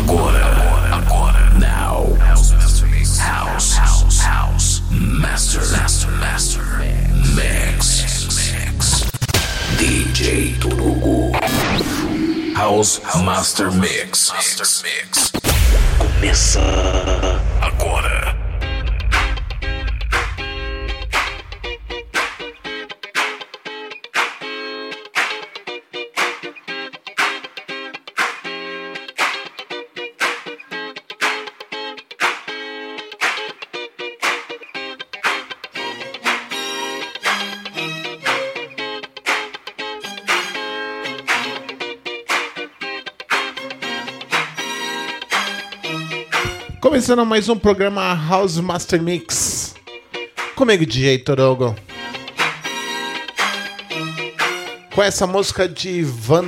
Now. House. Master. Mix. DJ Torugo. House Master Mix. Começa agora. Começando mais um programa House Master Mix. Comigo, DJ Torugo. Com essa música de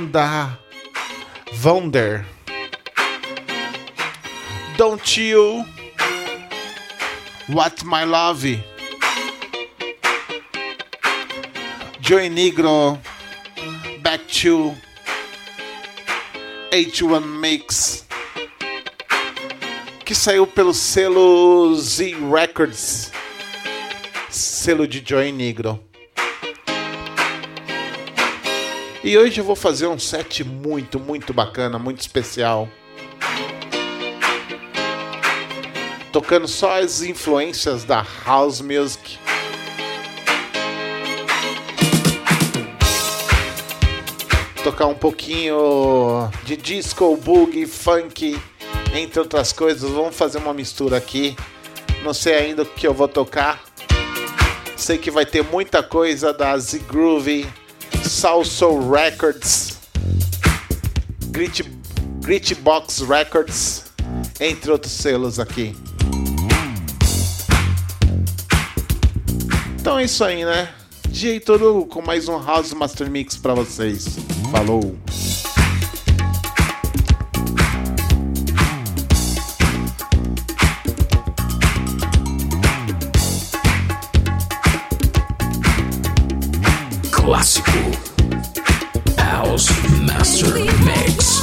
Wonder. Don't You Want My Love. Joey Negro. Back to H1 Mix, que saiu pelo selo Z Records, selo de Joey Negro. E hoje eu vou fazer um set muito bacana, muito especial, tocando só as influências da House Music. Tocar um pouquinho de disco, boogie, funk, entre outras coisas. Vamos fazer uma mistura aqui. Não sei ainda o que eu vou tocar. Sei que vai ter muita coisa da Z Groove, Salsa Records, Grit Box Records, entre outros selos aqui. Então é isso aí, né? DJ Torugo com mais um House Master Mix pra vocês. Falou! Clássico House Master Mix.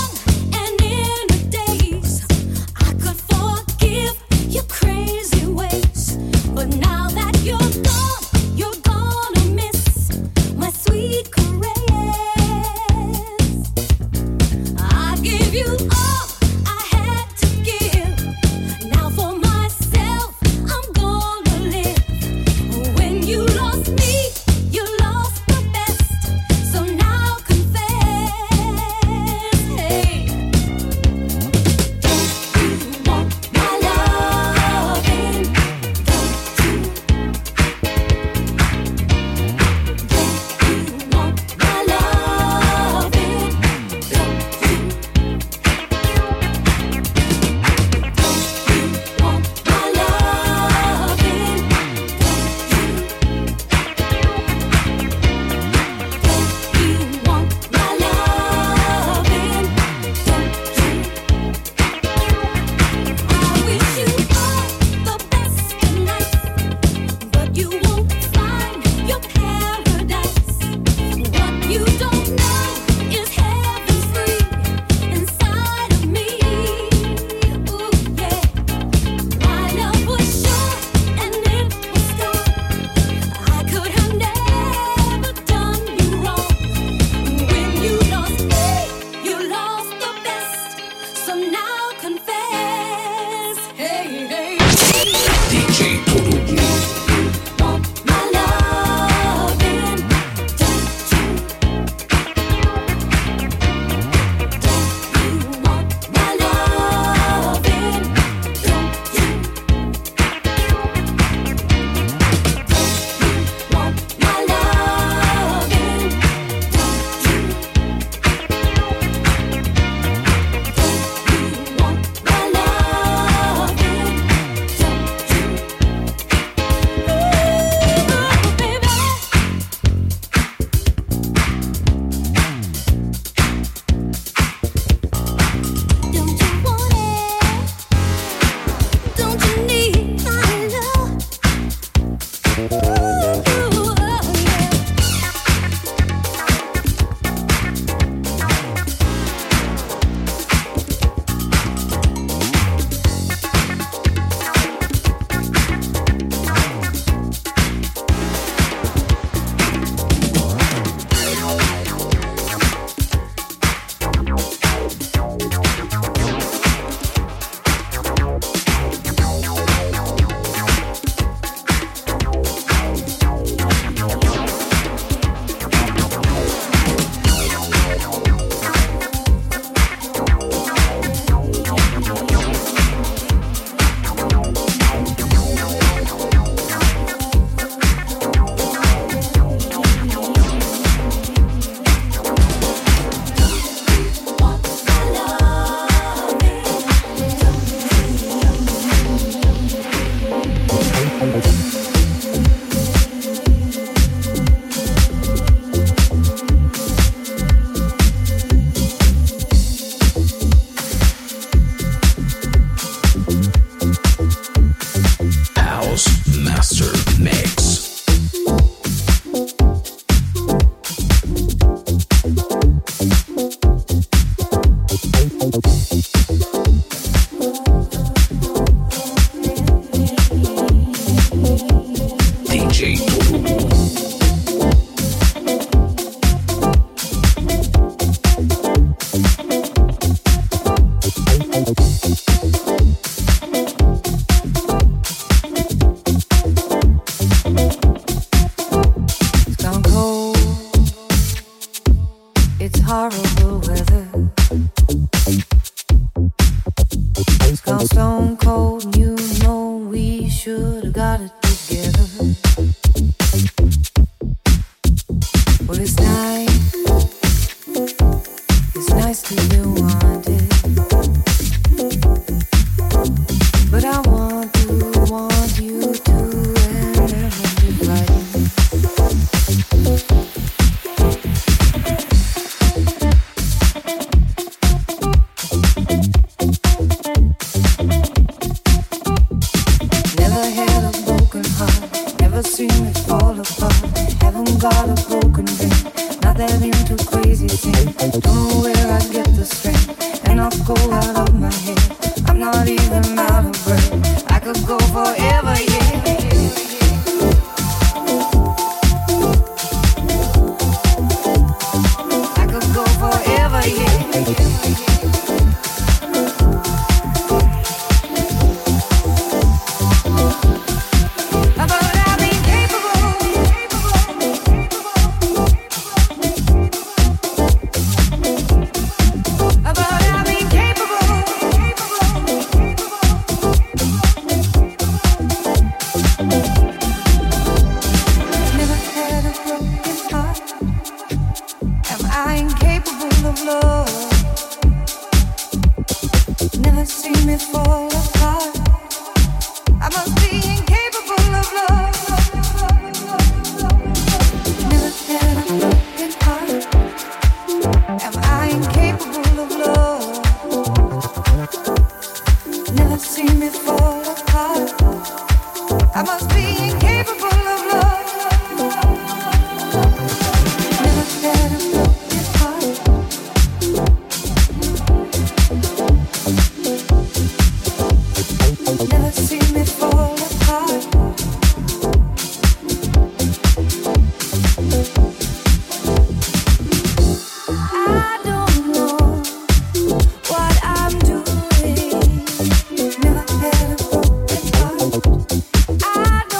I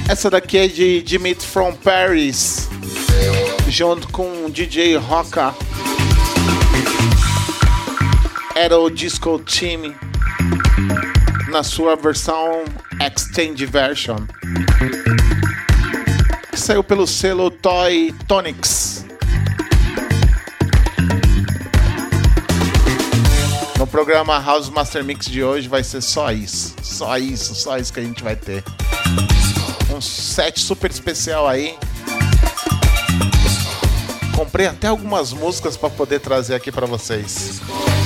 Essa daqui é de Dimitri from Paris, junto com o DJ Rocka. Era o Disco Team na sua versão Extended Version. Saiu pelo selo Toy Tonics. No programa House Master Mix de hoje vai ser só isso que a gente vai ter. Um set super especial aí. Comprei até algumas músicas para poder trazer aqui para vocês.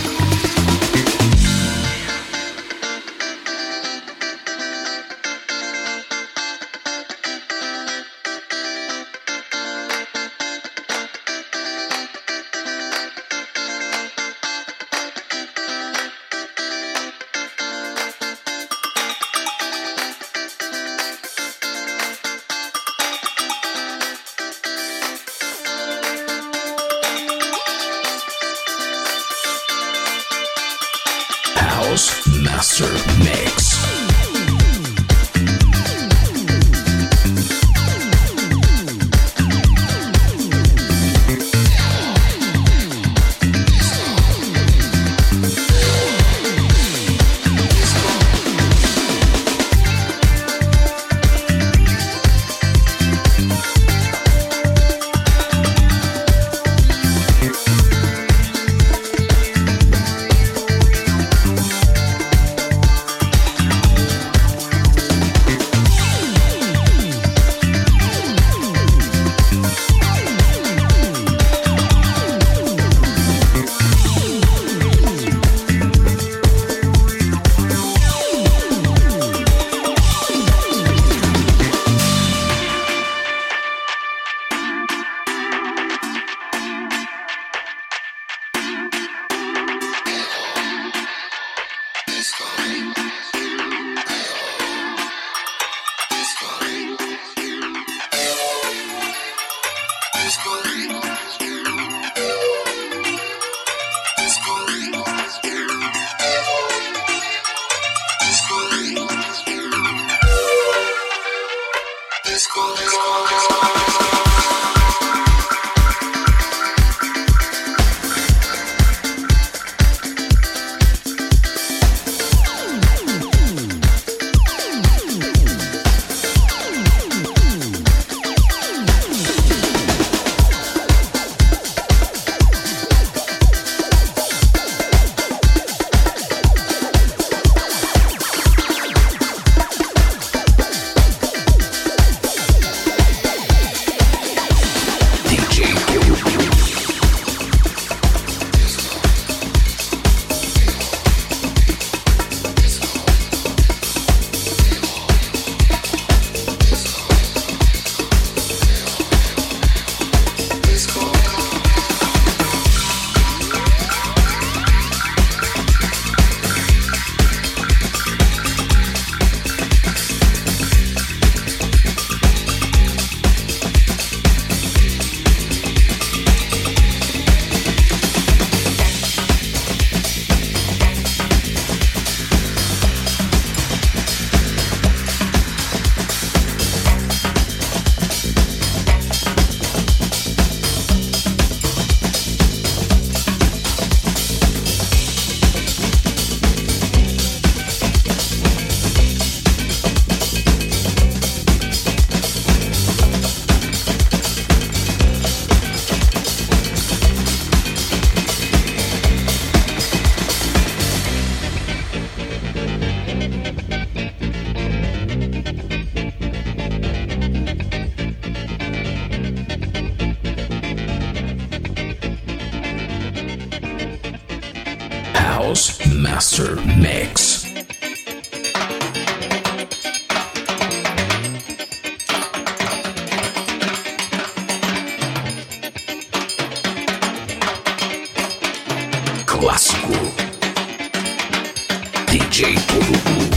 Master Mix. House Master Mix. Clássico DJ Turubu.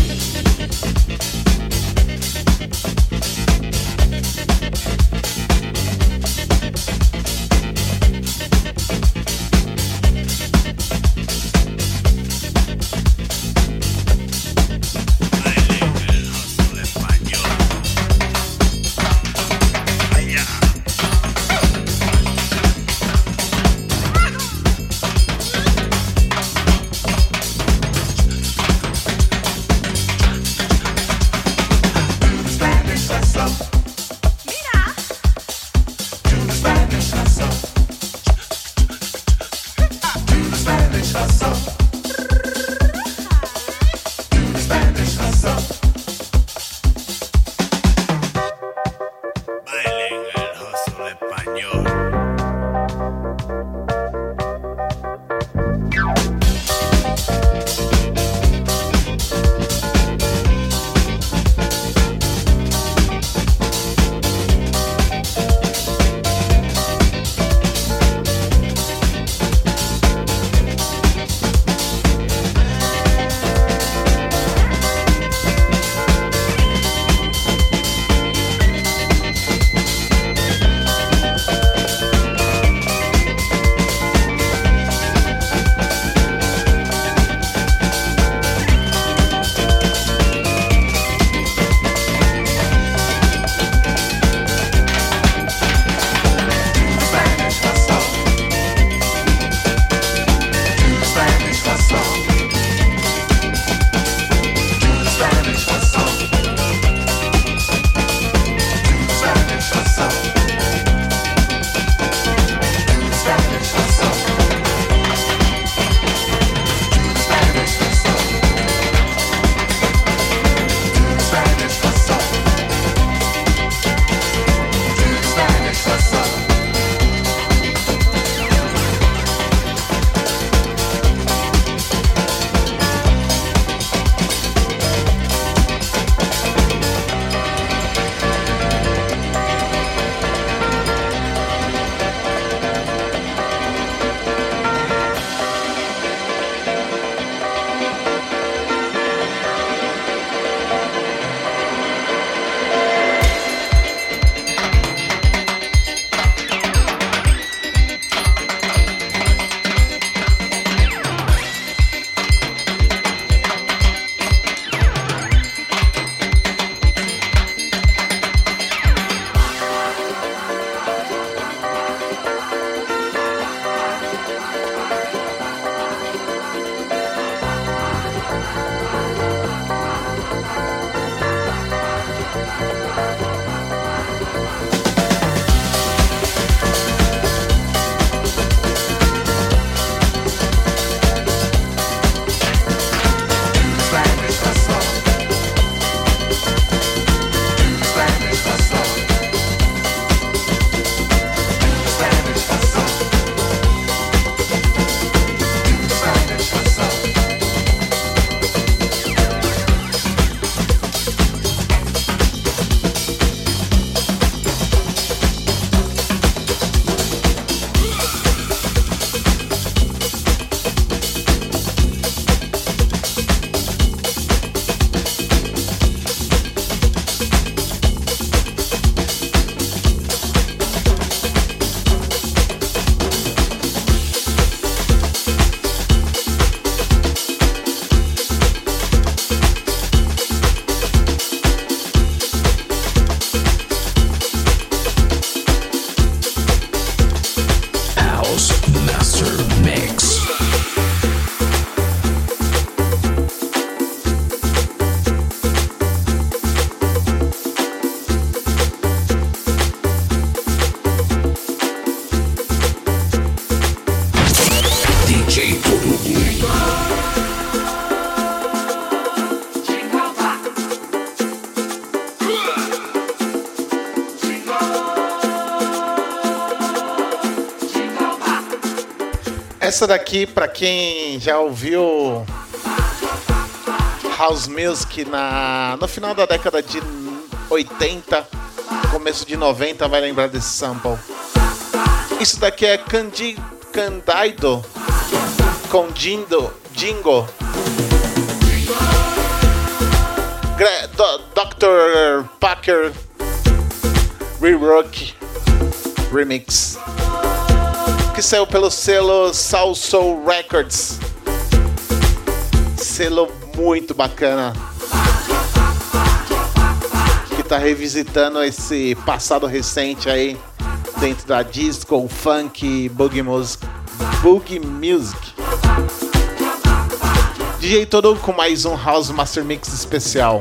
Essa daqui, pra quem já ouviu House Music no final da década de 80, começo de 90, vai lembrar desse sample. Isso daqui é Candido com Jingo. Dr. Packer Rework Remix, que saiu pelo selo Soul Soul Records. Selo muito bacana, que tá revisitando esse passado recente aí dentro da disco, funk, boogie music. DJ Todo com mais um House Master Mix especial.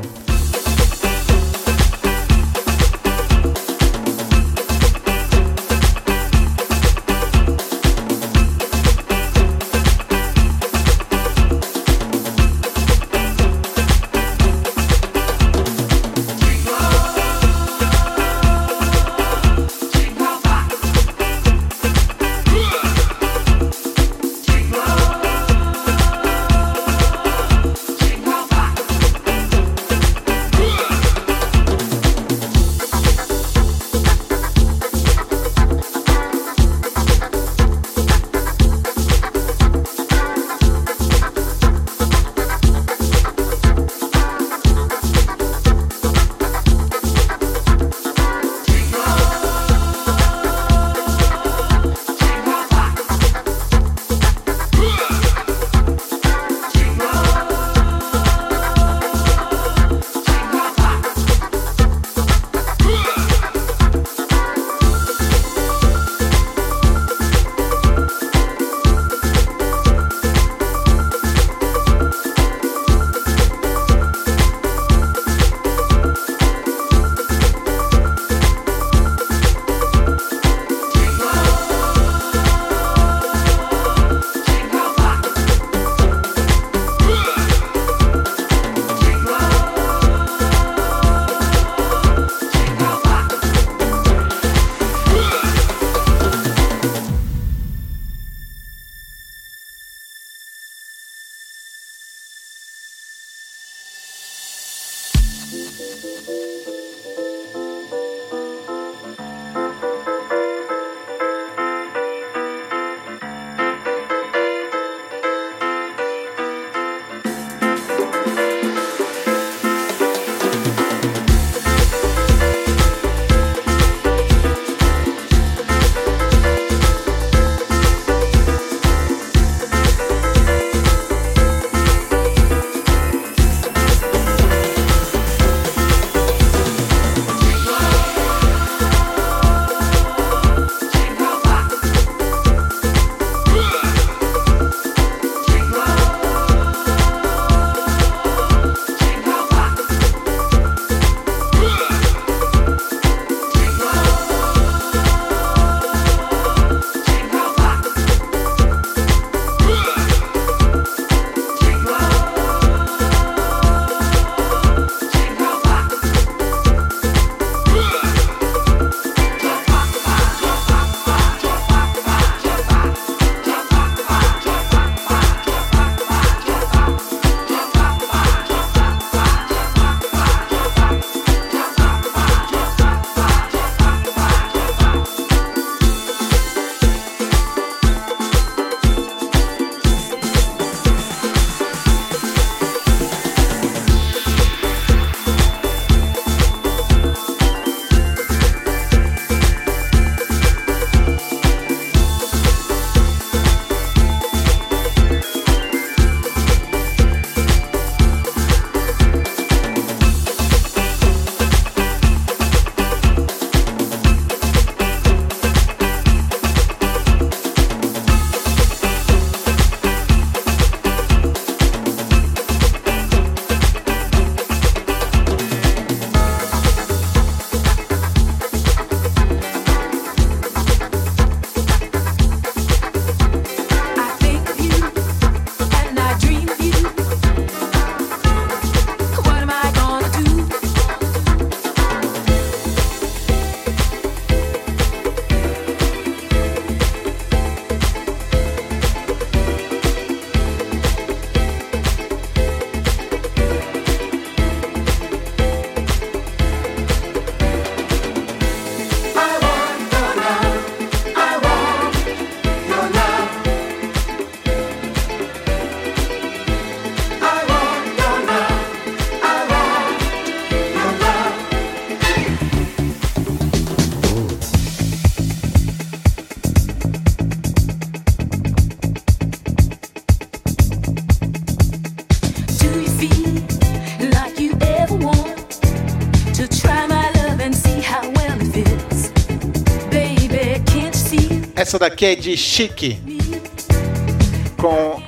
Essa daqui é de Chic com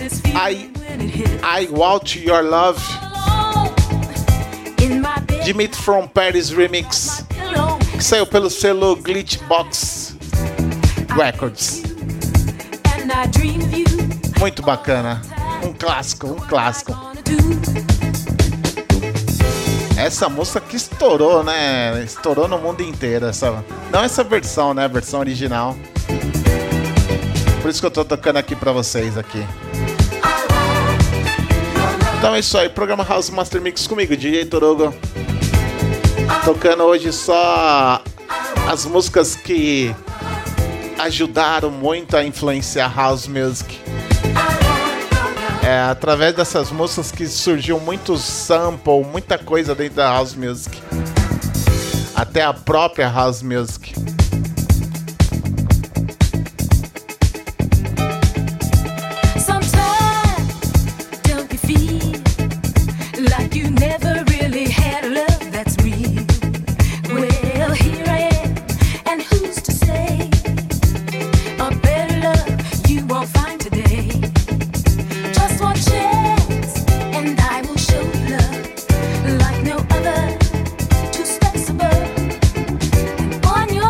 I Want Your Love, Dimitri from Paris Remix, que saiu pelo selo Glitchbox Records. Muito bacana, um clássico. Essa música que estourou, né? Estourou no mundo inteiro. Não essa versão, né? A versão original. Por isso que eu tô tocando aqui pra vocês aqui. Então é isso aí, programa House Master Mix comigo, DJ Torugo. Tocando hoje só as músicas que ajudaram muito a influenciar House Music. É através dessas músicas que surgiu muito sample, muita coisa dentro da House Music. Até a própria House Music. On your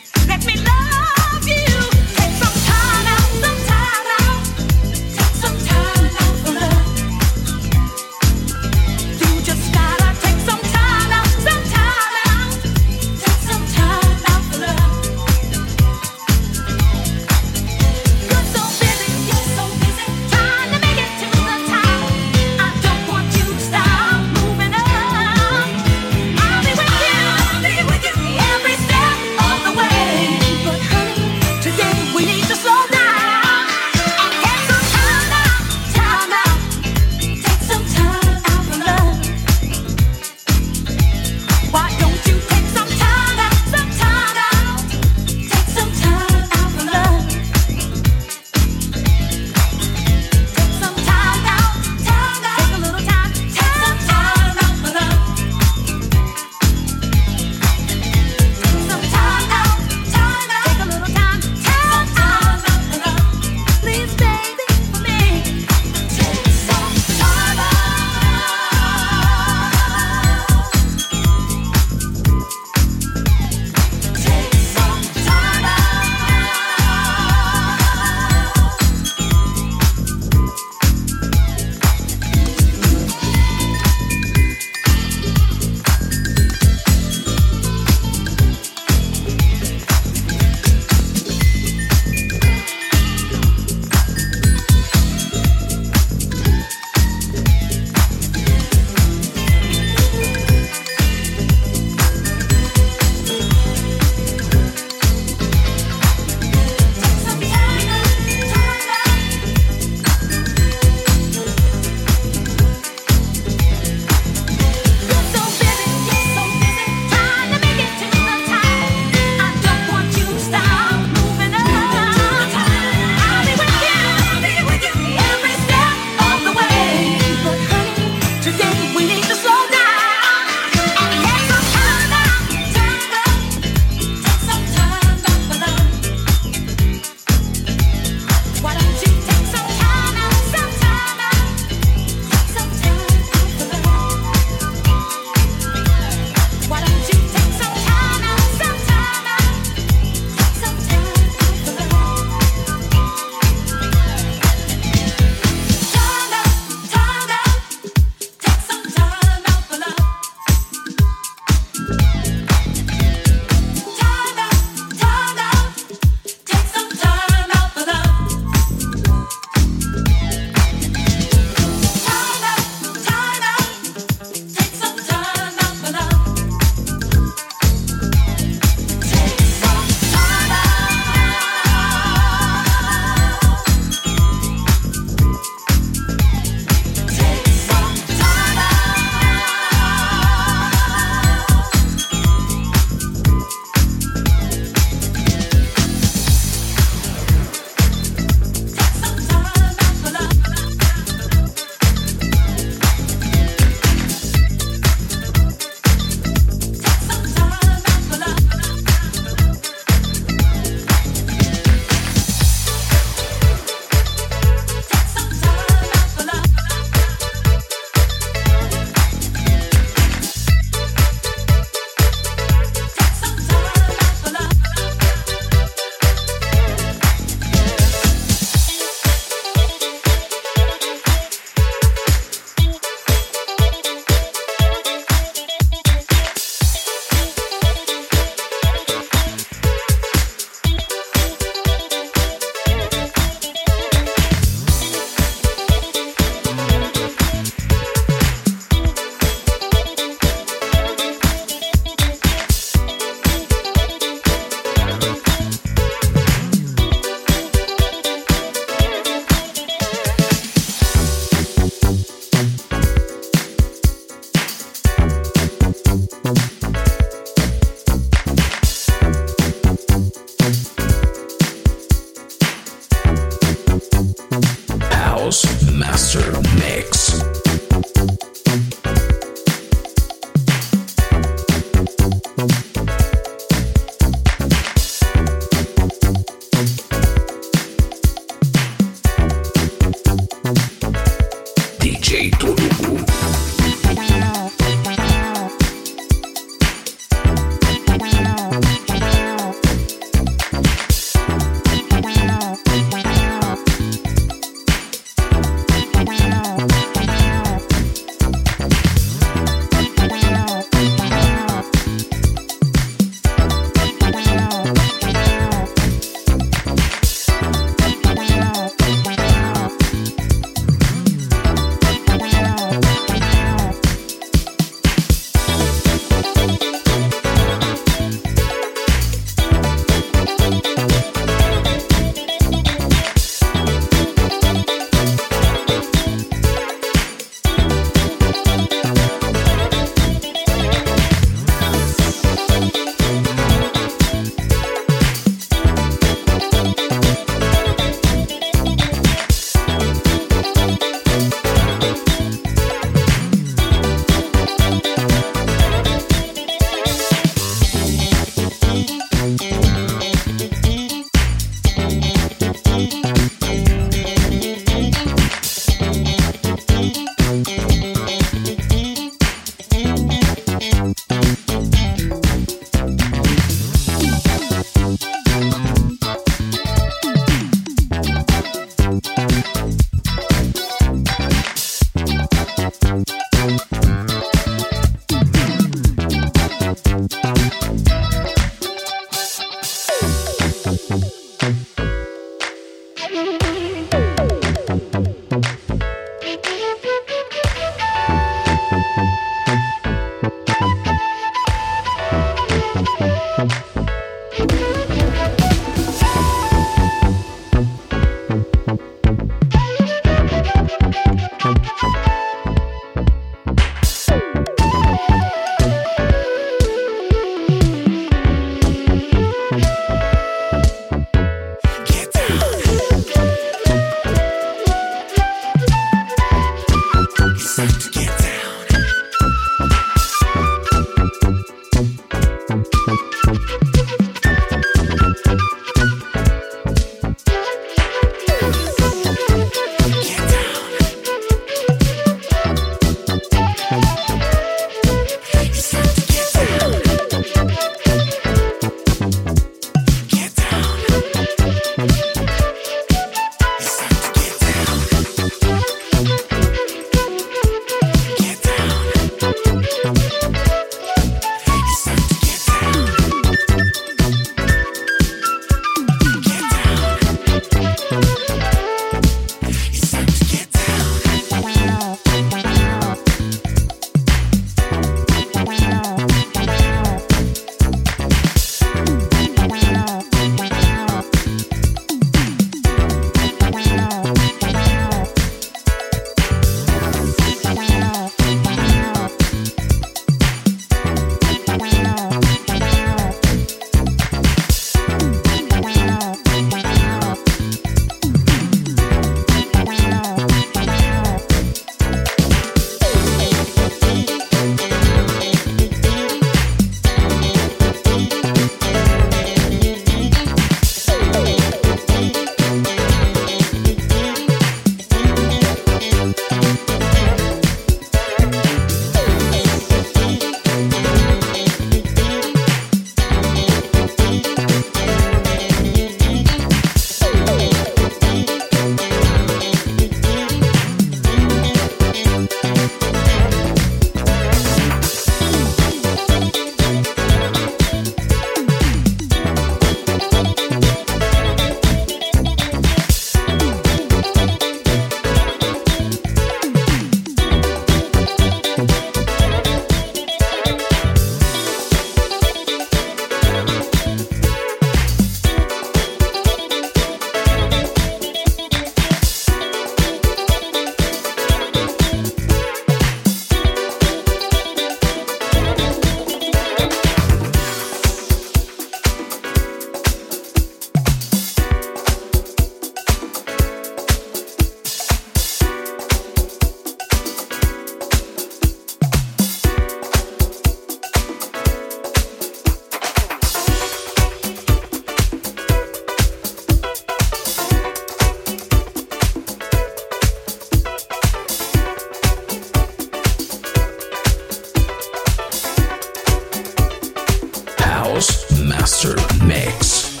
Master Mix.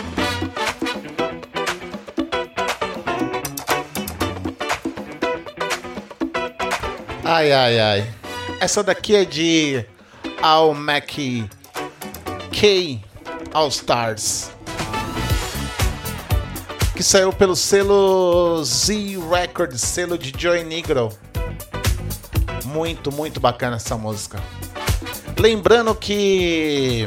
Ai, ai, ai. Essa daqui é de Al McKay All Stars, que saiu pelo selo Z Records, selo de Joey Negro. Muito, muito bacana essa música. Lembrando que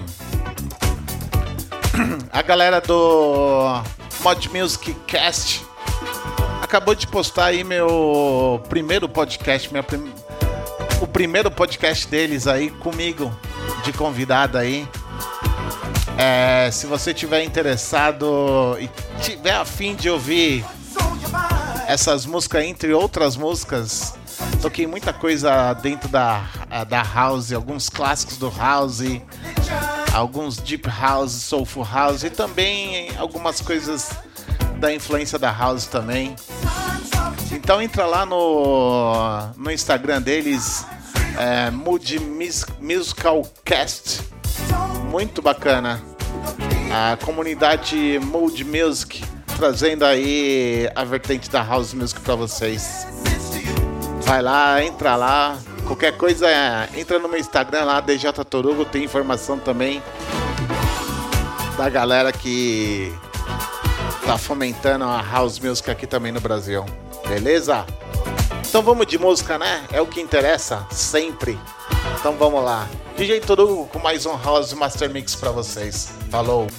a galera do Mod Music Cast acabou de postar aí meu primeiro podcast, o primeiro podcast deles aí comigo, de convidado aí. Se você tiver interessado e tiver a fim de ouvir essas músicas, entre outras músicas, toquei muita coisa dentro da house, alguns clássicos do house, alguns deep house, soulful house e também algumas coisas da influência da house também. Então entra lá no Instagram deles, Mood Musical Cast, muito bacana. A comunidade Mood Music trazendo aí a vertente da house music pra vocês. Vai lá, entra lá. Qualquer coisa, entra no meu Instagram lá, DJ Torugo, tem informação também da galera que tá fomentando a house music aqui também no Brasil. Beleza? Então vamos de música, né? É o que interessa, sempre. Então vamos lá. DJ Toru com mais um House Master Mix pra vocês. Falou!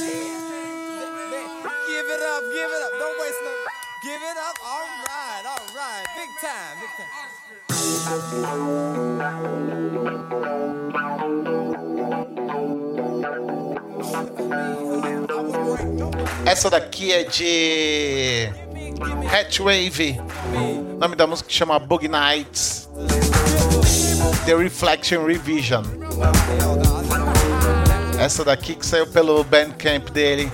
Give it up. Don't waste no. Give it up. All right. right, big time, big time. Essa daqui é de Hatchwave. O nome da música chama Boogie Nights. The Reflection Revision. Essa daqui que saiu pelo Bandcamp dele.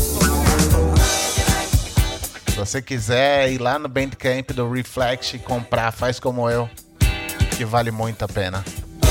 Se você quiser ir lá no Bandcamp do Reflex e comprar, faz como eu, que vale muito a pena.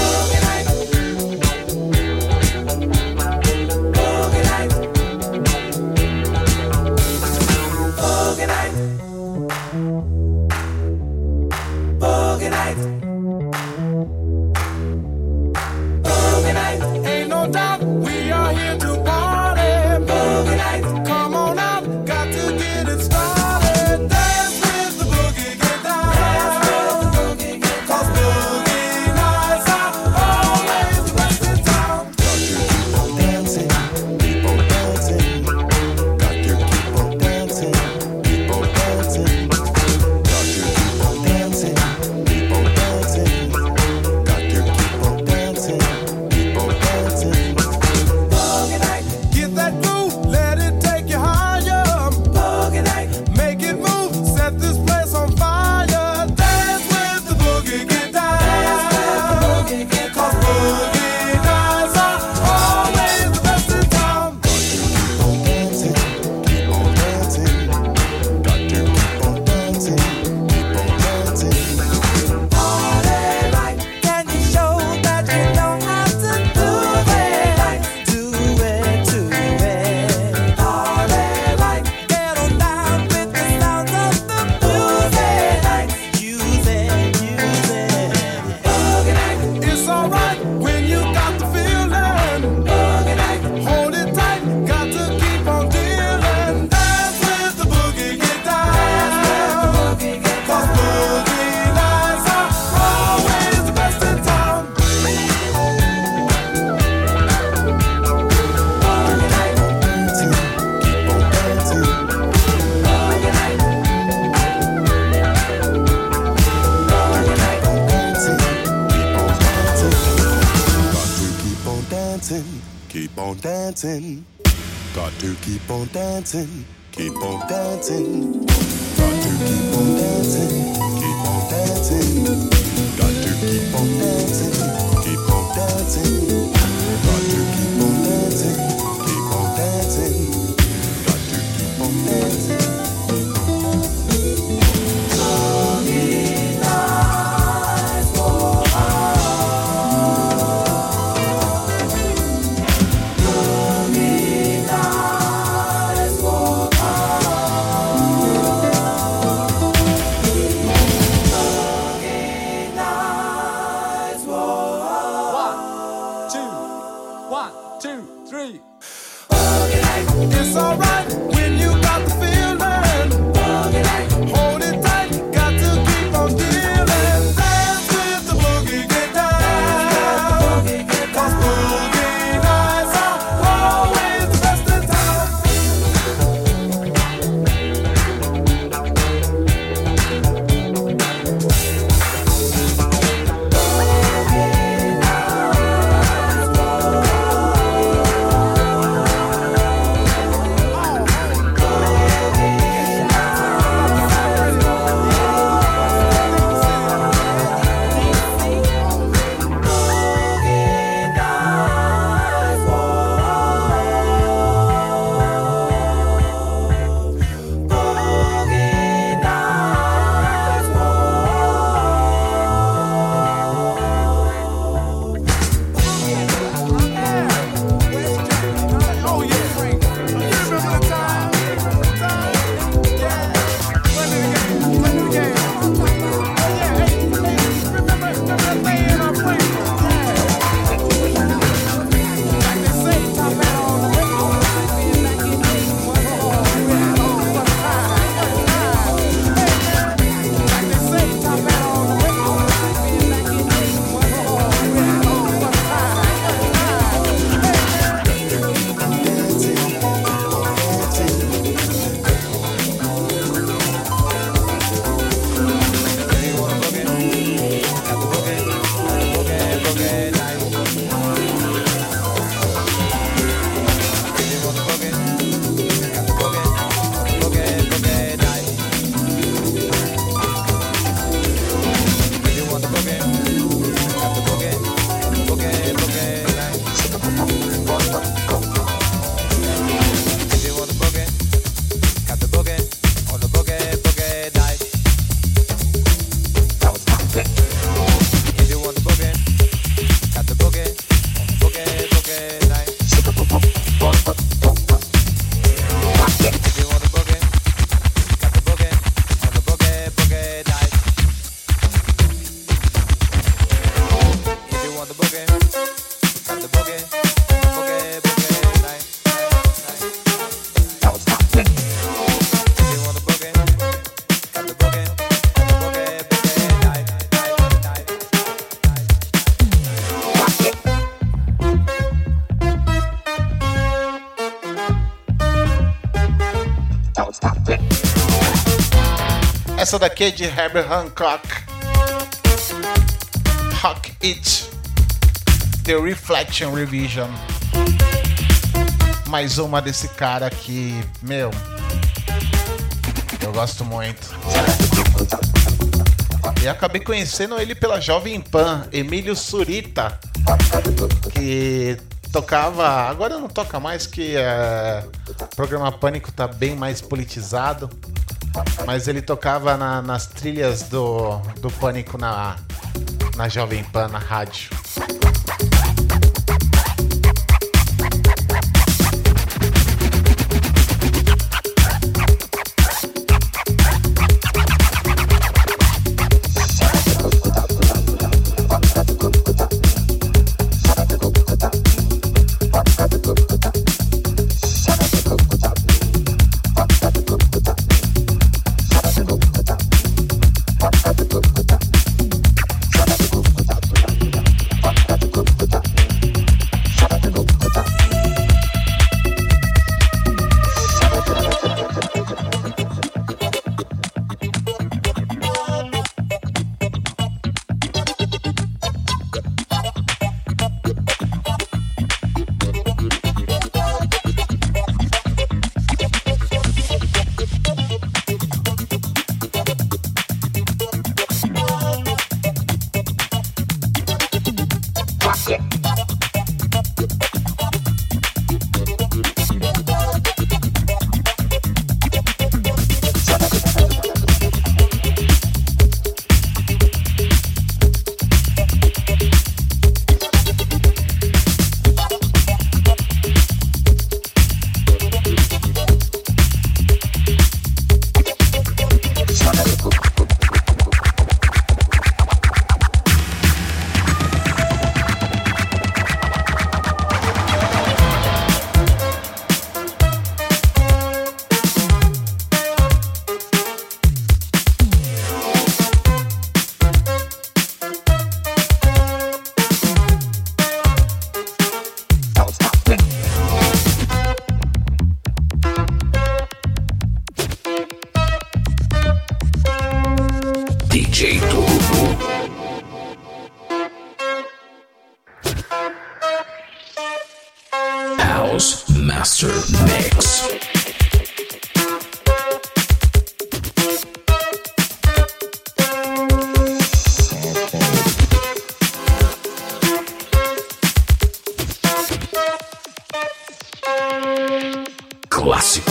Ain't no doubt we are here to party. Boogie night, come on out, got to get it started. Dance with the boogie, get down. Dance with the boogie, get down. 'Cause boogie nights are always the best in town. Got to keep on dancing, keep on dancing. Got to keep on dancing, keep on dancing. Got to keep on dancing, keep on dancing. Got to keep on dancing, keep on dancing. Boogie night, get that groove, let it take you higher. Boogie night, make it move, set this place on fire. Dance with the boogie, get down. Dance with the boogie, get down. 'Cause boogie nights are always the best in town. Got to keep on dancing, keep on dancing. Got to keep on dancing, keep on dancing. Party like, can you show that you know how to do it? Do it, do it. Party like, get on down with the sound of the music. Use it, use it. Boogie night, it's alright when you got the feeling. Boogie night, hold it tight, got to keep on dealing. Dance with the boogie, get down. Dance with the boogie, get down. 'Cause boogie nights are always the best in town. Boogie night, dancing, keep on dancing. Boogie night, boogie night, dancing, keep on dancing. Got to keep on dancing, keep on dancing. Got to keep on dancing, keep on dancing. Got to keep on dancing, keep on dancing. Got to keep on dancing, keep on dancing. Got to keep on dancing, keep on dancing. Got to keep on dancing. Boogie nights, whoa. Boogie nights, whoa. Boogie nights, whoa. 1, 2, 3. Boogie night, it's alright when you got the feeling. Boogie night, hold it tight, got to keep on dealing. Dance with the boogie, get down. 'Cause boogie nights are always the best in town. Boogie nights, Essa daqui é de Herbie Hancock. Rock It. The Reflection Revision. Mais uma desse cara que, meu, eu gosto muito. E acabei conhecendo ele pela Jovem Pan, Emílio Surita, que tocava, agora não toca mais, que o programa Pânico tá bem mais politizado, mas ele tocava nas trilhas do Pânico na Jovem Pan, na rádio. DJ Turbo. House Master Mix. Clássico.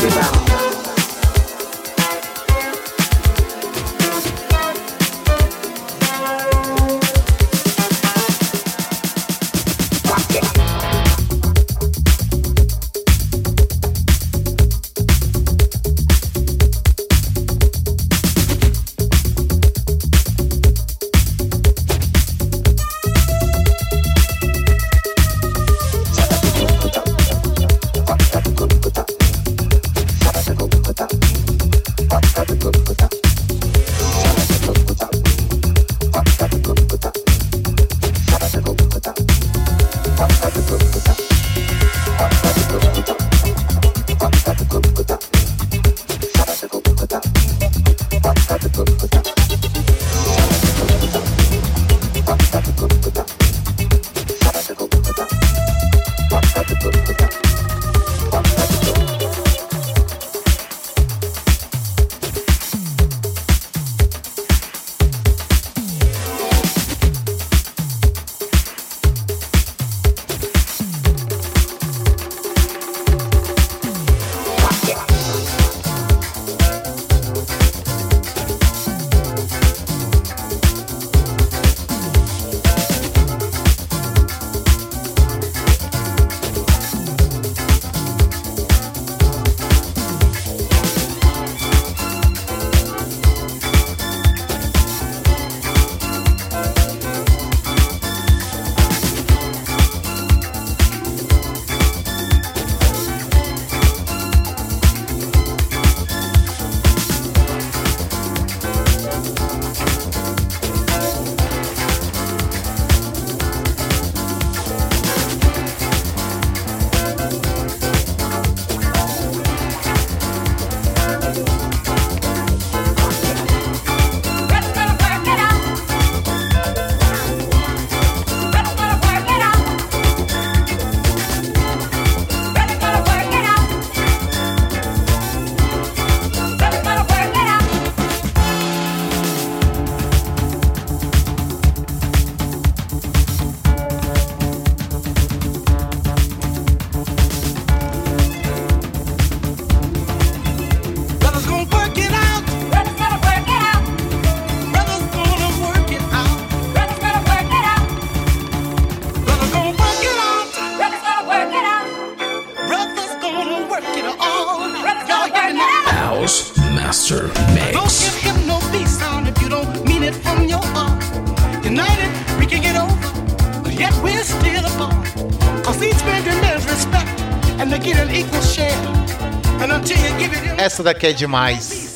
and they get an equal share. And until you give it in, Essa daqui é demais.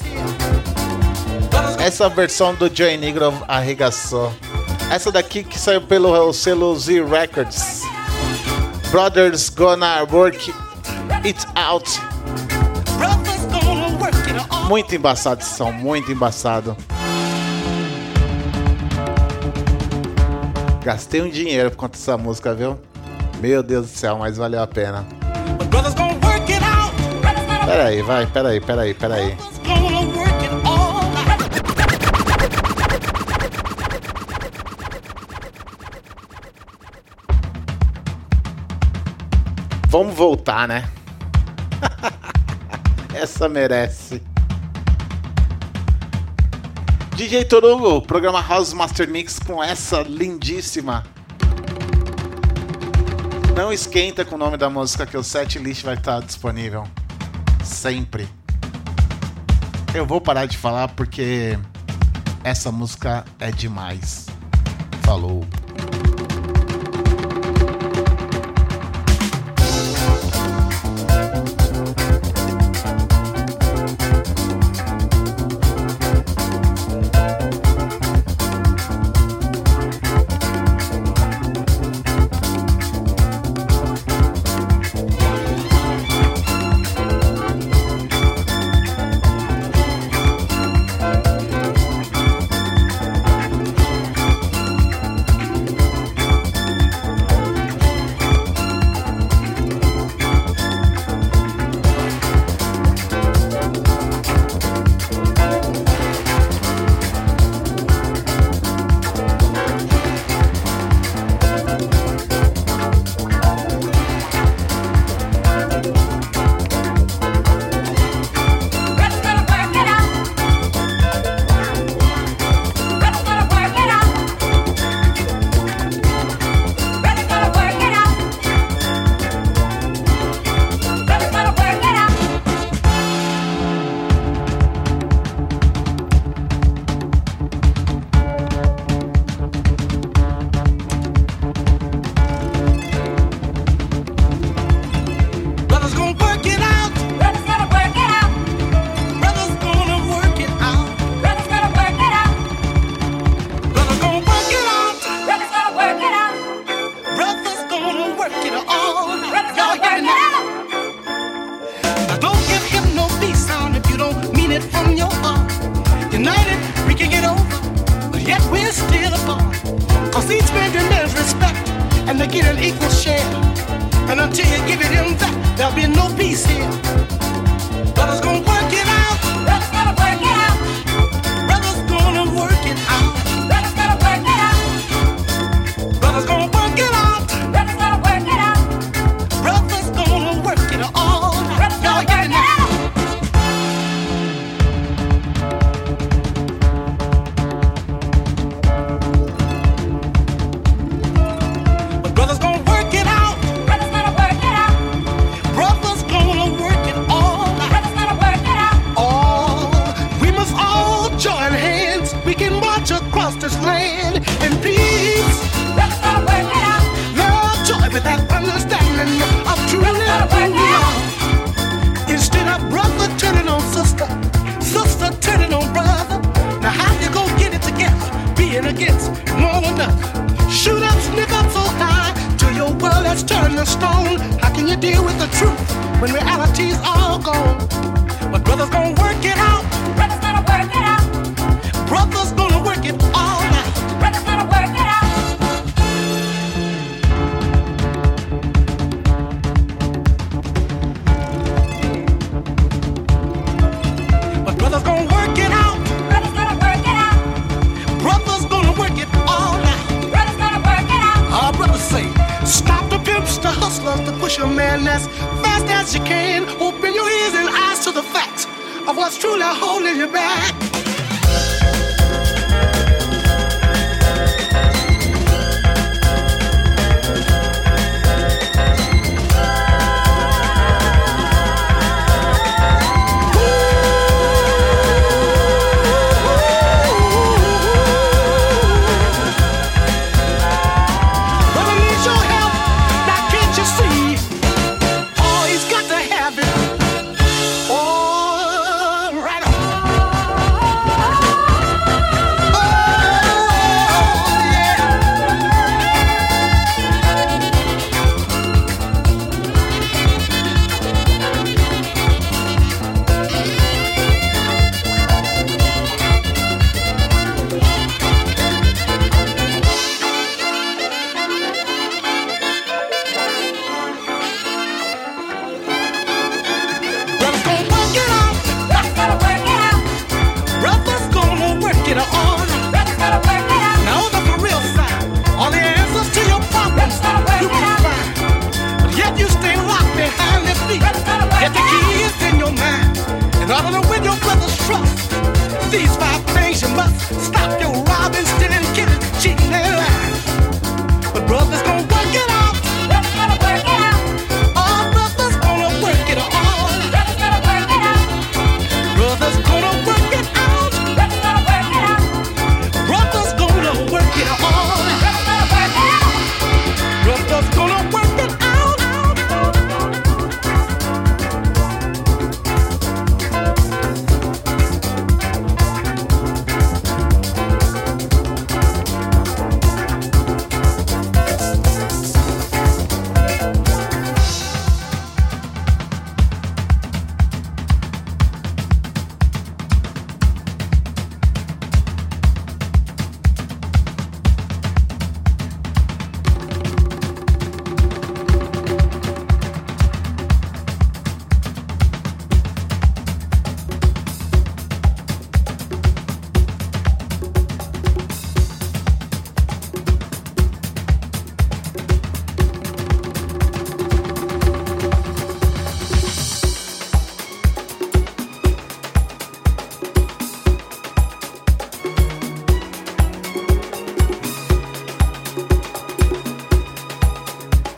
Essa versão do Joey Negro arregaçou. Essa daqui que saiu pelo selo Z Records. Brothers Gonna Work It Out. brothers gonna work it all. Muito embaçado esse som, muito embaçado. Gastei um dinheiro por conta dessa música, viu? Meu Deus do céu, mas valeu a pena. But brothers gonna work it out. Peraí, vai, peraí. Brothers gonna work it all out. Vamos voltar, né? Essa merece. DJ Torugo, programa House Master Mix com essa lindíssima. Não esquenta com o nome da música que o set list vai estar disponível. Sempre. Eu vou parar de falar porque essa música é demais. Falou. And they get an equal share. And until you give it in back, there'll be no peace here. Brothers gonna work it out. Brothers gonna work it out. Brothers gonna work it out. Brothers gonna work it out. Brothers gonna work it out. Brothers gonna work it out. Brothers gonna work it all. Brothers gonna work it out. Brothers gonna work it out. Brothers gonna work it out. Brothers gonna work it all. Brothers gonna work it out. All we must all join hands. We can march across this land in peace. Brothers gonna work it out. Love, joy, with that understanding of true love. Instead of brother turning on sister, sister turning on brother. Now how you gonna get it together? Being against one another. Shoot up, sniff up so high till your world has turned to stone. How can you deal with the truth when reality's all gone? But brothers gonna work it out. Brothers gonna work it out. Brothers gonna work it all out. Brothers gonna work it out. But brothers gonna work it out. Brothers gonna work it out. Brothers gonna work it all out. Brothers gonna work it out. Our brothers say, stop the pimps, the hustlers, to push your man as fast as you can. Open your ears and eyes to the facts of what's truly holding you back. Brother needs your help, now can't you see? All he's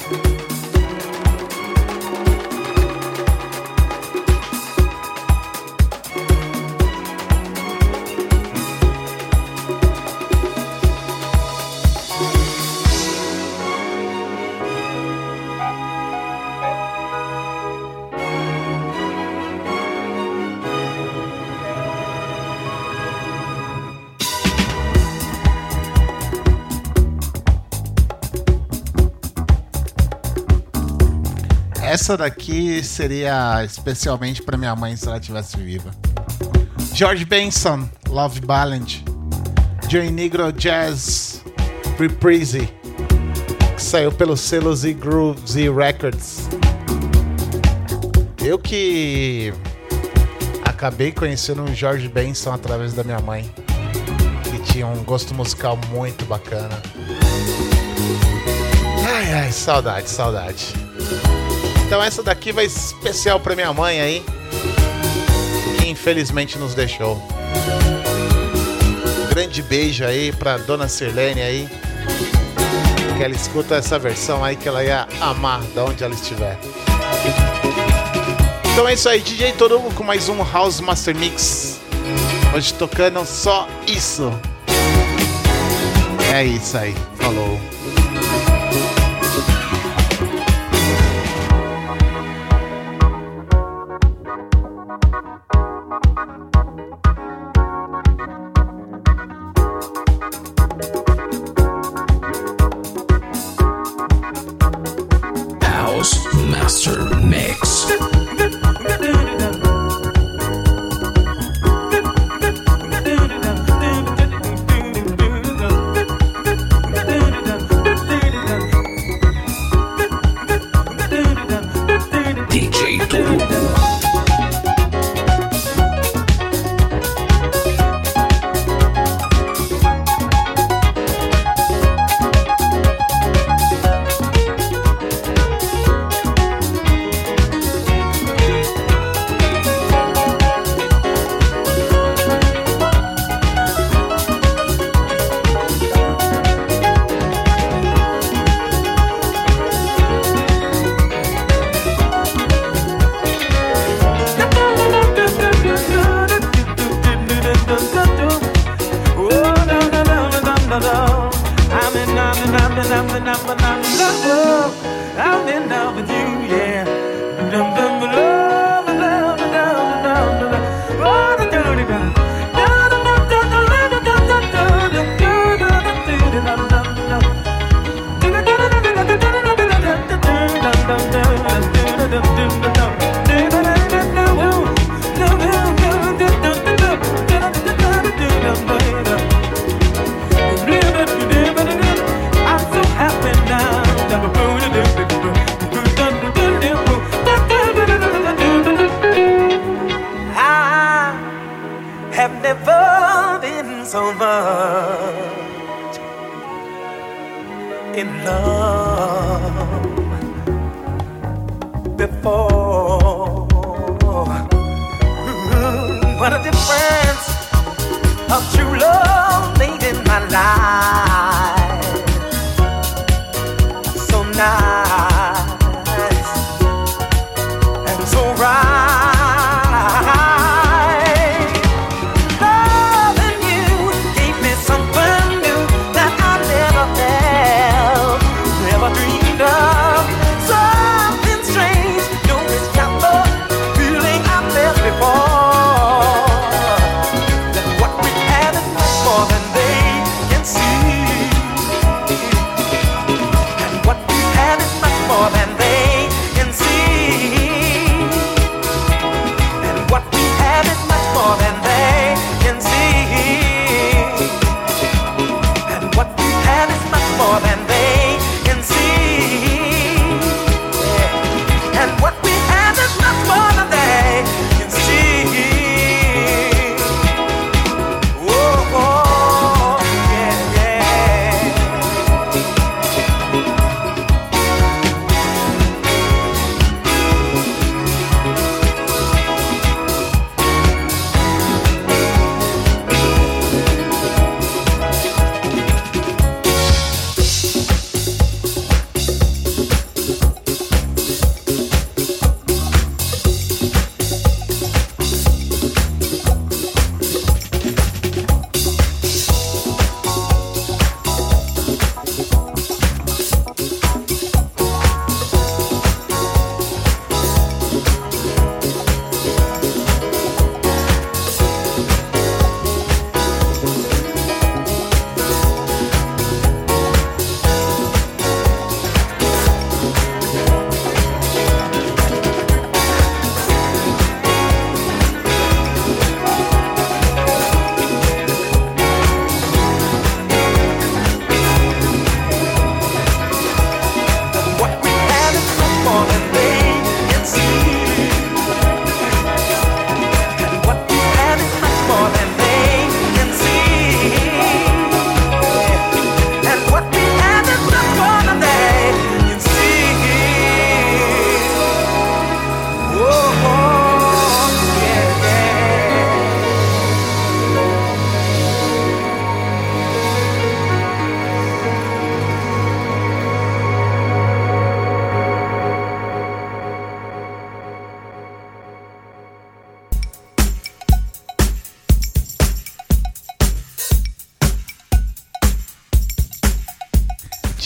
Essa daqui seria especialmente pra minha mãe se ela estivesse viva. George Benson, Love Ballad. Joey Negro Jazz Reprise, que saiu pelo selo Z Groove Z Records. Eu que acabei conhecendo o George Benson através da minha mãe, que tinha um gosto musical muito bacana. Ai, ai, saudade, saudade. Então essa daqui vai especial pra minha mãe aí, que infelizmente nos deixou. Um grande beijo aí pra dona Sirlene aí, que ela escuta essa versão aí que ela ia amar de onde ela estiver. Então é isso aí, DJ Torugo com mais um House Master Mix. Hoje tocando só isso. É isso aí, falou. Master Mix. DJ Torugo. I'm in love with you, yeah. Never been so much in love before. What a difference of true love made in my life. So nice and so right. Dreamed of something strange. Don't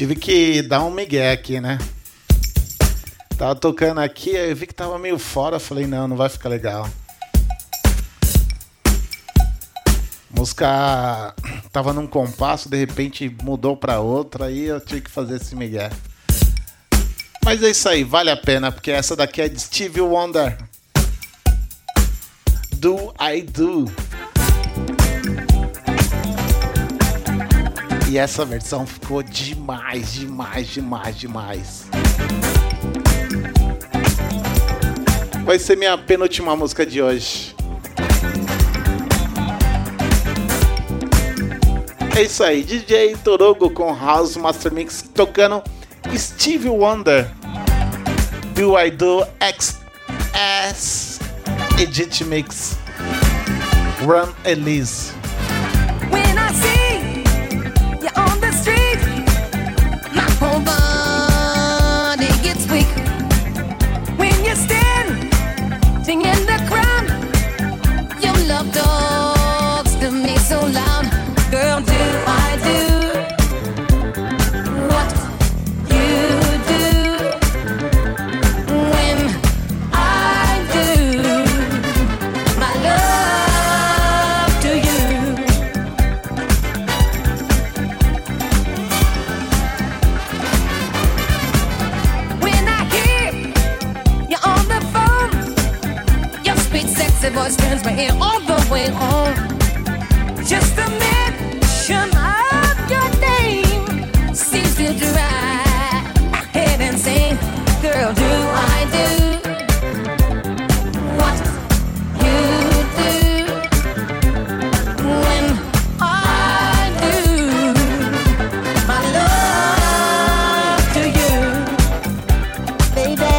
Tive que dar um migué aqui, né? Tava tocando aqui, aí eu vi que tava meio fora, falei, não vai ficar legal. Música tava num compasso, de repente mudou pra outra, aí eu tive que fazer esse migué. Mas é isso aí, vale a pena, porque essa daqui é de Stevie Wonder. Do I Do. E essa versão ficou demais. Vai ser minha penúltima música de hoje. É isso aí, DJ Torugo com House Master Mix tocando Stevie Wonder. Do I Do XS Edit Mix. Run Elise. When I see you on the street, my whole body gets weak. When you stand in the crowd, your love talks to me so loud. Girl, do I do what you do when I do my love to you? When I hear you on the phone, your sweet sexy voice turns my ear all the way on. Just a mention of your name seems to drive my head insane. Girl, do I do what you do when I do my love to you, baby?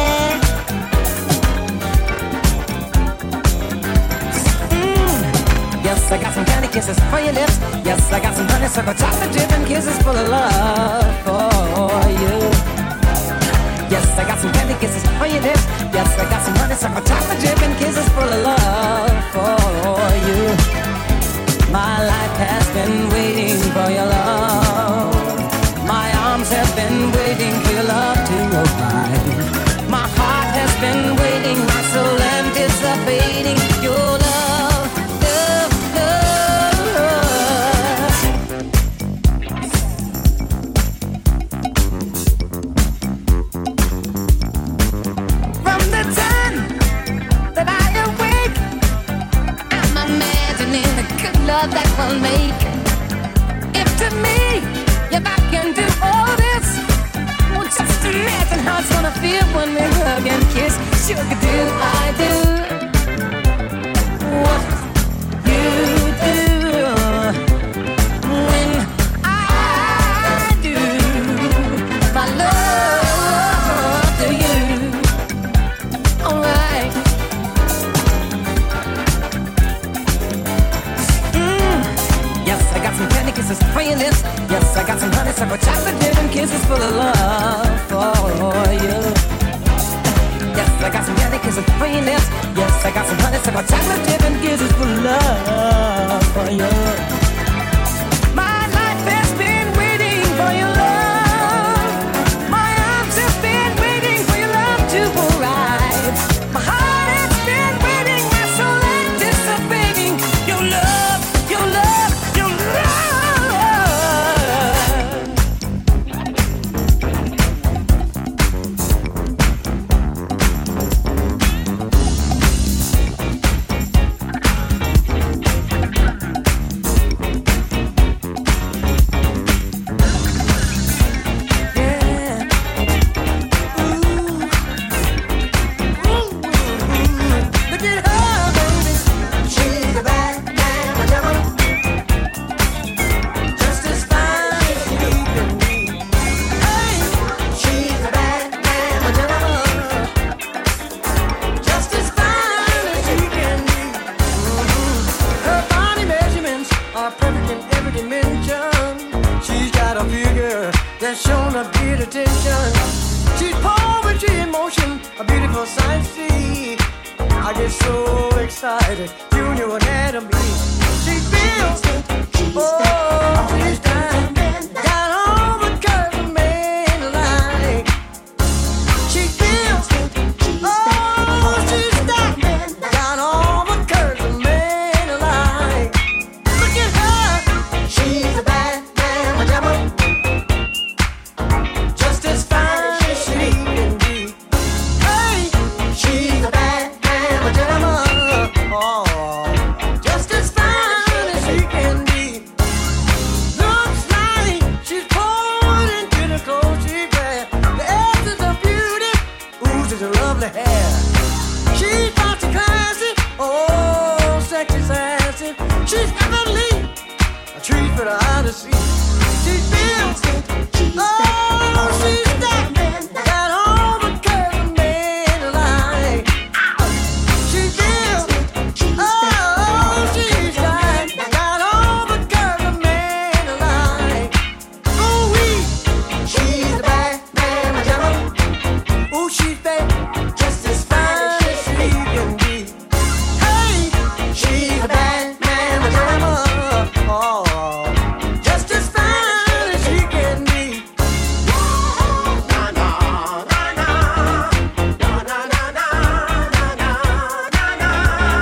Yes, I got some candy kisses for your lips. Yes, I got some honeysuckle chocolate dip and kisses full of love for you. Yes, I got some candy kisses for your lips. Yes, I got some honeysuckle chocolate dip and kisses full of love for you. My life has been waiting for your love. My arms have been waiting for your love to arrive. My heart has been waiting, my soul anticipating your love. Love that will make. If to me, if I can do all this, well, just imagine how it's gonna feel when we hug and kiss. Sugar, do I do what you do when I do my love to you? Alright. Yes, I got some candy kisses for your lips. Yes, I got some honeysuckle chocolate dip and kisses full of love for you. Yes, I got some candy kisses for your lips. Yes, I got some honeysuckle chocolate dip and kisses full of love for you. My life has been waiting for your love. My arms have been waiting for your love to arrive. My heart has been waiting, my soul anticipating your love, your love. Got all the curves of man. the hair. She's bossy, classy, oh, sexy, sassy. She's heavenly, a treat for the eye to see. She's built, oh, she's stacked, got all the curves a man like. She's built, oh, she's stacked, got all the curves a man like. Oh, she's the bad man, pajama. Oh, she's bad, just as fine as she can be. Hey, she's the bad man, pajama. Oh, just as fine as she can be. Na na na na na na na na na na na na na na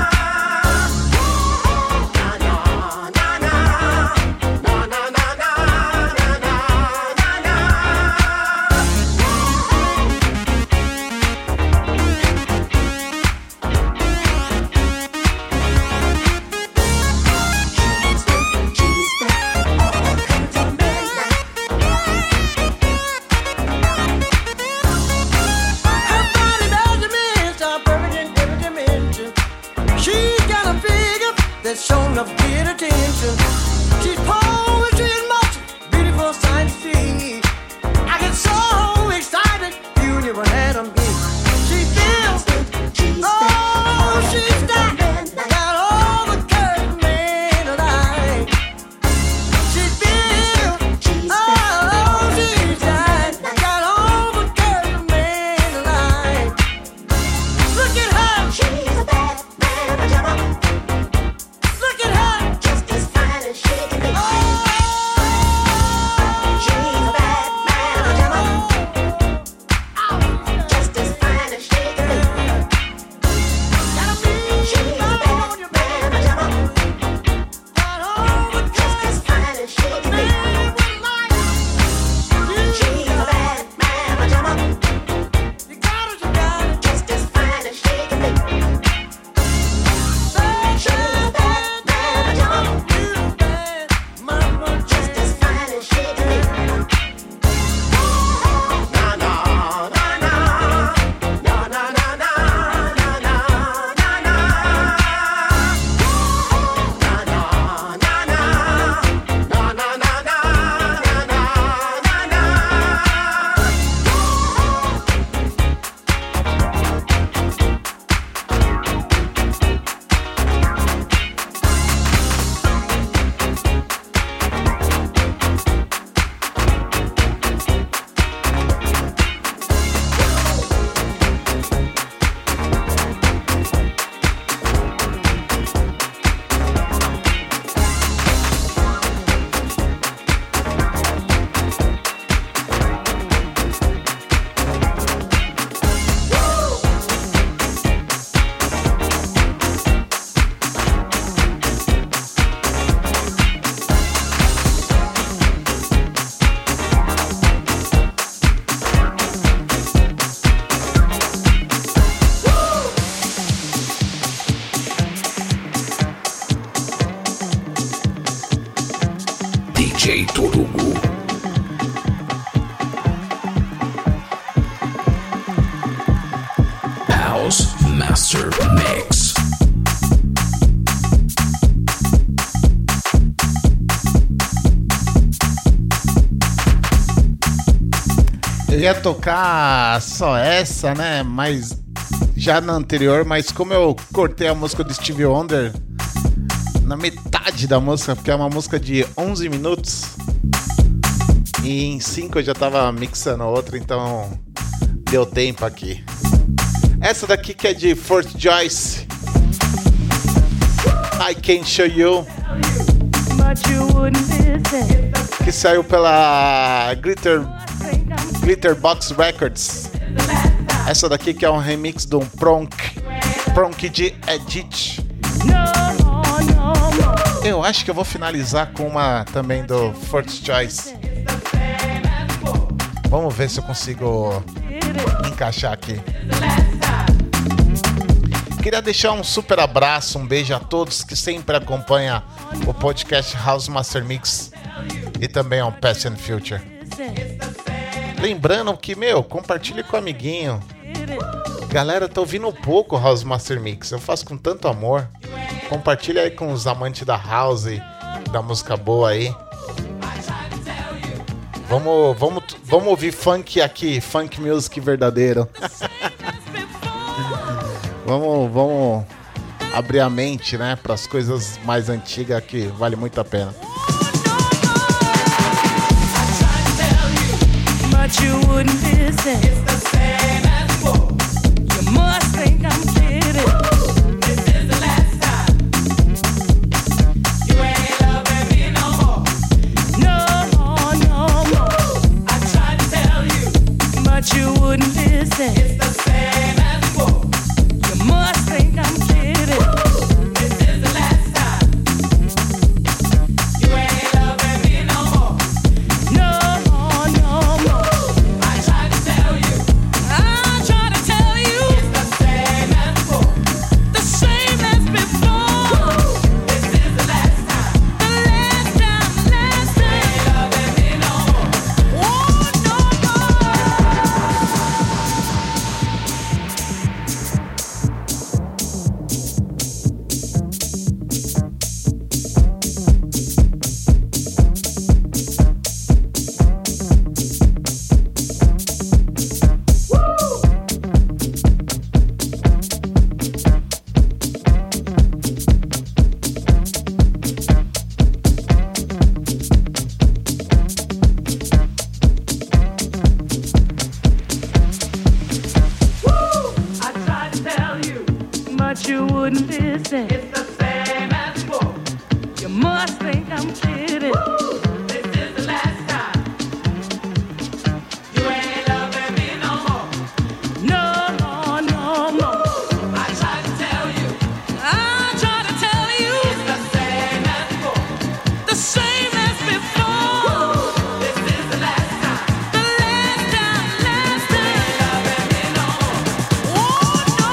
her body measurements are perfect in every dimension. She's got a figure that's shown enough to get attention. She's poetry in motion, beautiful sight to see. I get so excited, you never had them be. She's built, oh, she's stacked, got all the curves man alive. She's built, oh, she's stacked, got all the curves man alive. Look at her, she's a bad man pajama. Look at her, just as fine as she can be. Oh, she's a bad man pajama. Just as fine as she can be. She's a bad man pajama. Just as fine as she can be. She's a bad man pajama. Just as fine as she can be. She's a bad man pajama. Just as fine as she can be. Na na na na na na na na na na na na. Na na na na na na na na na na na. DJ Torugo. House Master Mix. Eu ia tocar só essa, né? Mas já na anterior, mas como eu cortei a música do Stevie Wonder na metade da música, porque é uma música de 11 minutos e em 5 eu já tava mixando outra, então deu tempo aqui. Essa daqui que é de Fort Joyce, I Can't Show You, que saiu pela Glitter Box Records. Essa daqui que é um remix de um Pronk de Edit. Eu acho que eu vou finalizar com uma também do Fort Joyce. Vamos ver se eu consigo encaixar aqui. Queria deixar um super abraço, um beijo a todos que sempre acompanham o podcast House Master Mix e também ao Past and Future. Lembrando que, compartilhe com o amiguinho. Galera, tá ouvindo um pouco House Master Mix. Eu faço com tanto amor. Compartilha aí com os amantes da house, da música boa aí. Vamos ouvir funk aqui, funk music verdadeiro. vamos abrir a mente, né, para as coisas mais antigas que vale muito a pena. But you wouldn't listen. It's the same as before. You must think I'm kidding. This is the last time. You ain't loving me no more. No more. I tried to tell you, but you wouldn't listen. It's the same as before. You must think I'm kidding. This is the last time. You ain't loving me no more. No more. I tried to tell you. It's the same as before. The same as before. This is the last time. The last time. You ain't loving me no more. Oh, no. I tried to tell you, but you wouldn't listen. It's the same as before. You must think I'm kidding. This is the last time. You ain't loving me no more. No more. I tried to tell you. It's the same as before. The same as before. This is the last time. The last time. You ain't loving me no more. Oh, no.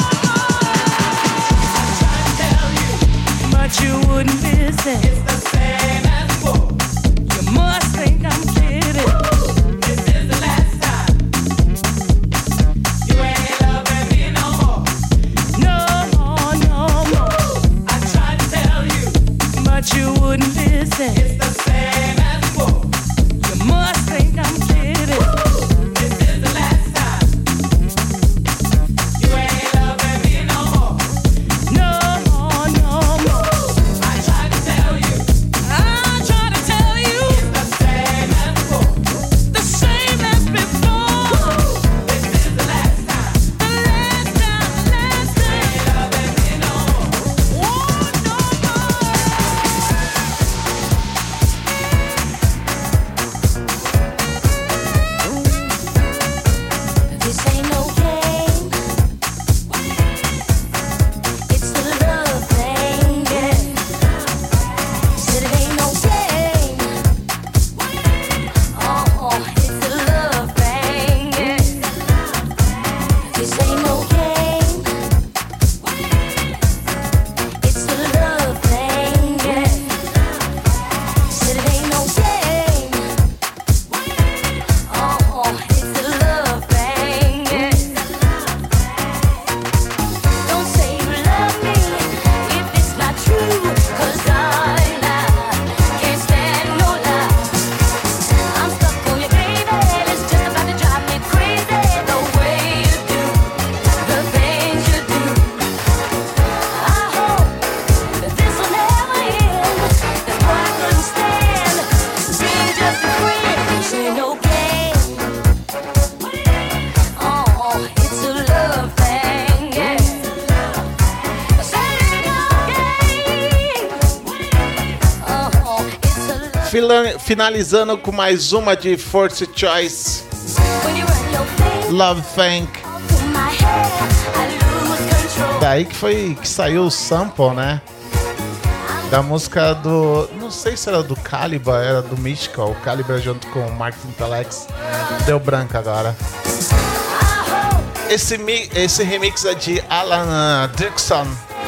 I tried to tell you, but you wouldn't listen. It's the same as before. You must think I'm kidding. This is the last time. You ain't loving me no more. No more. I tried to tell you, but you wouldn't listen. It's the same as before. You must think I'm kidding. This is the last time. You ain't loving me no more. No more. I tried to tell you. It's the same as before. The same as before. This is the last time. The last time. You ain't loving me no more. Oh, no. This ain't no game. It's the love thing, yeah. Said it ain't no game. Oh, it's the love thing, yeah. This ain't no game. It's the love thing, yeah. Said it ain't no game. Oh, it's the love thing, yeah. Don't say you love me if it's not true, 'cause I can't stand no lie. I'm stuck on you, baby. It's just about to drive me crazy the way you do, the things you do. I hope that this will never end. That's why I couldn't stand being just a friend. This ain't no game. Oh, it's a love thing, yeah. Say it ain't no game. Oh, it's a love. Finalizando com mais uma de Force Choice, When you run your face Love Thing. through my hair, I lose control. Daí que saiu o sample, né? Da música do... Não sei se era do Calibre, era do Mystical. O Calibre junto com o Martin Telex. Deu branco agora. Esse remix é de Alan Dixon.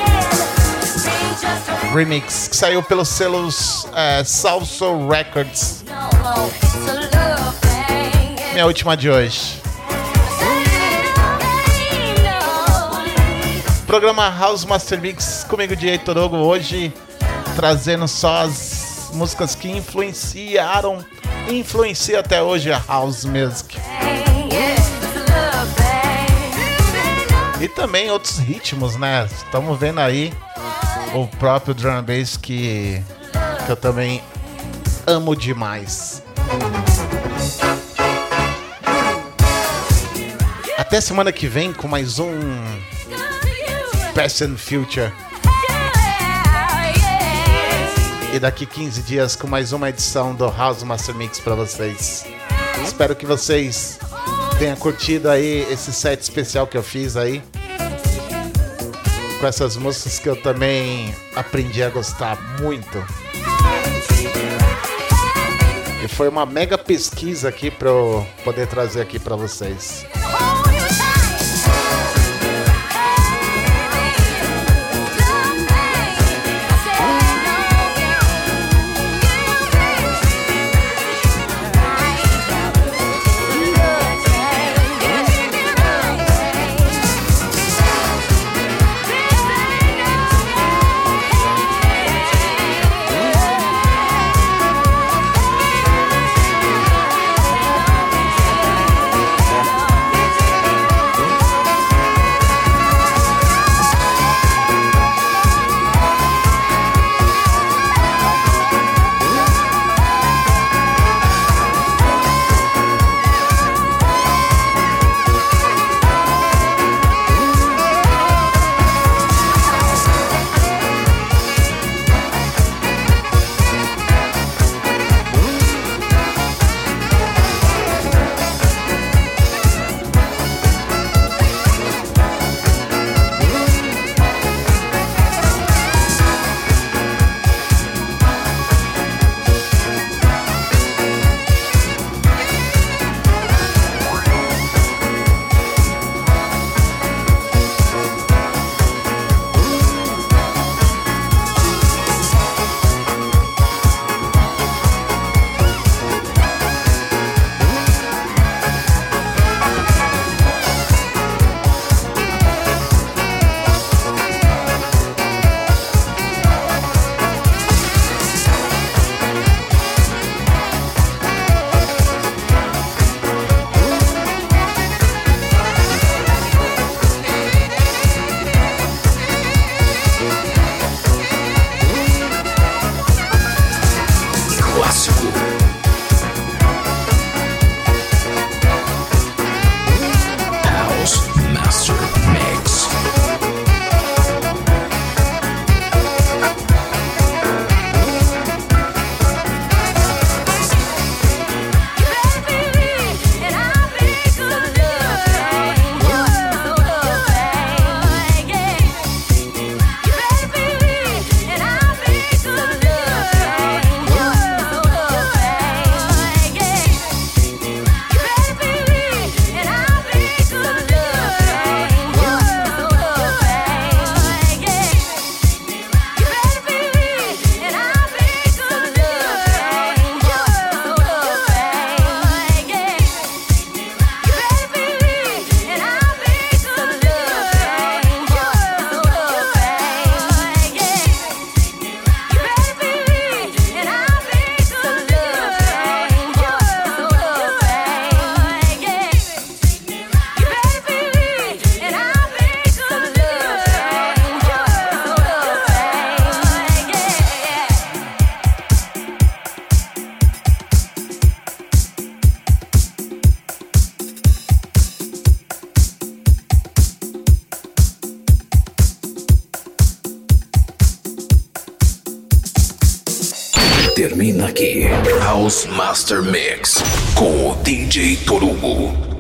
Remix, que saiu pelos selos Salsoul Records. No, it's a love thing, yeah. Minha última de hoje. Say it ain't no game, no. Programa House Master Mix comigo, DJ Torugo, hoje trazendo só as músicas que influenciam até hoje a House Music. E também outros ritmos, né? Estamos vendo aí o próprio drum and bass que eu também amo demais. Até semana que vem com mais um Past and Future. E daqui 15 dias com mais uma edição do House Master Mix pra vocês. Espero que vocês tenham curtido aí esse set especial que eu fiz aí, com essas músicas que eu também aprendi a gostar muito. E foi uma mega pesquisa aqui pra eu poder trazer aqui pra vocês. Termina aqui House Master Mix com o DJ Torugo.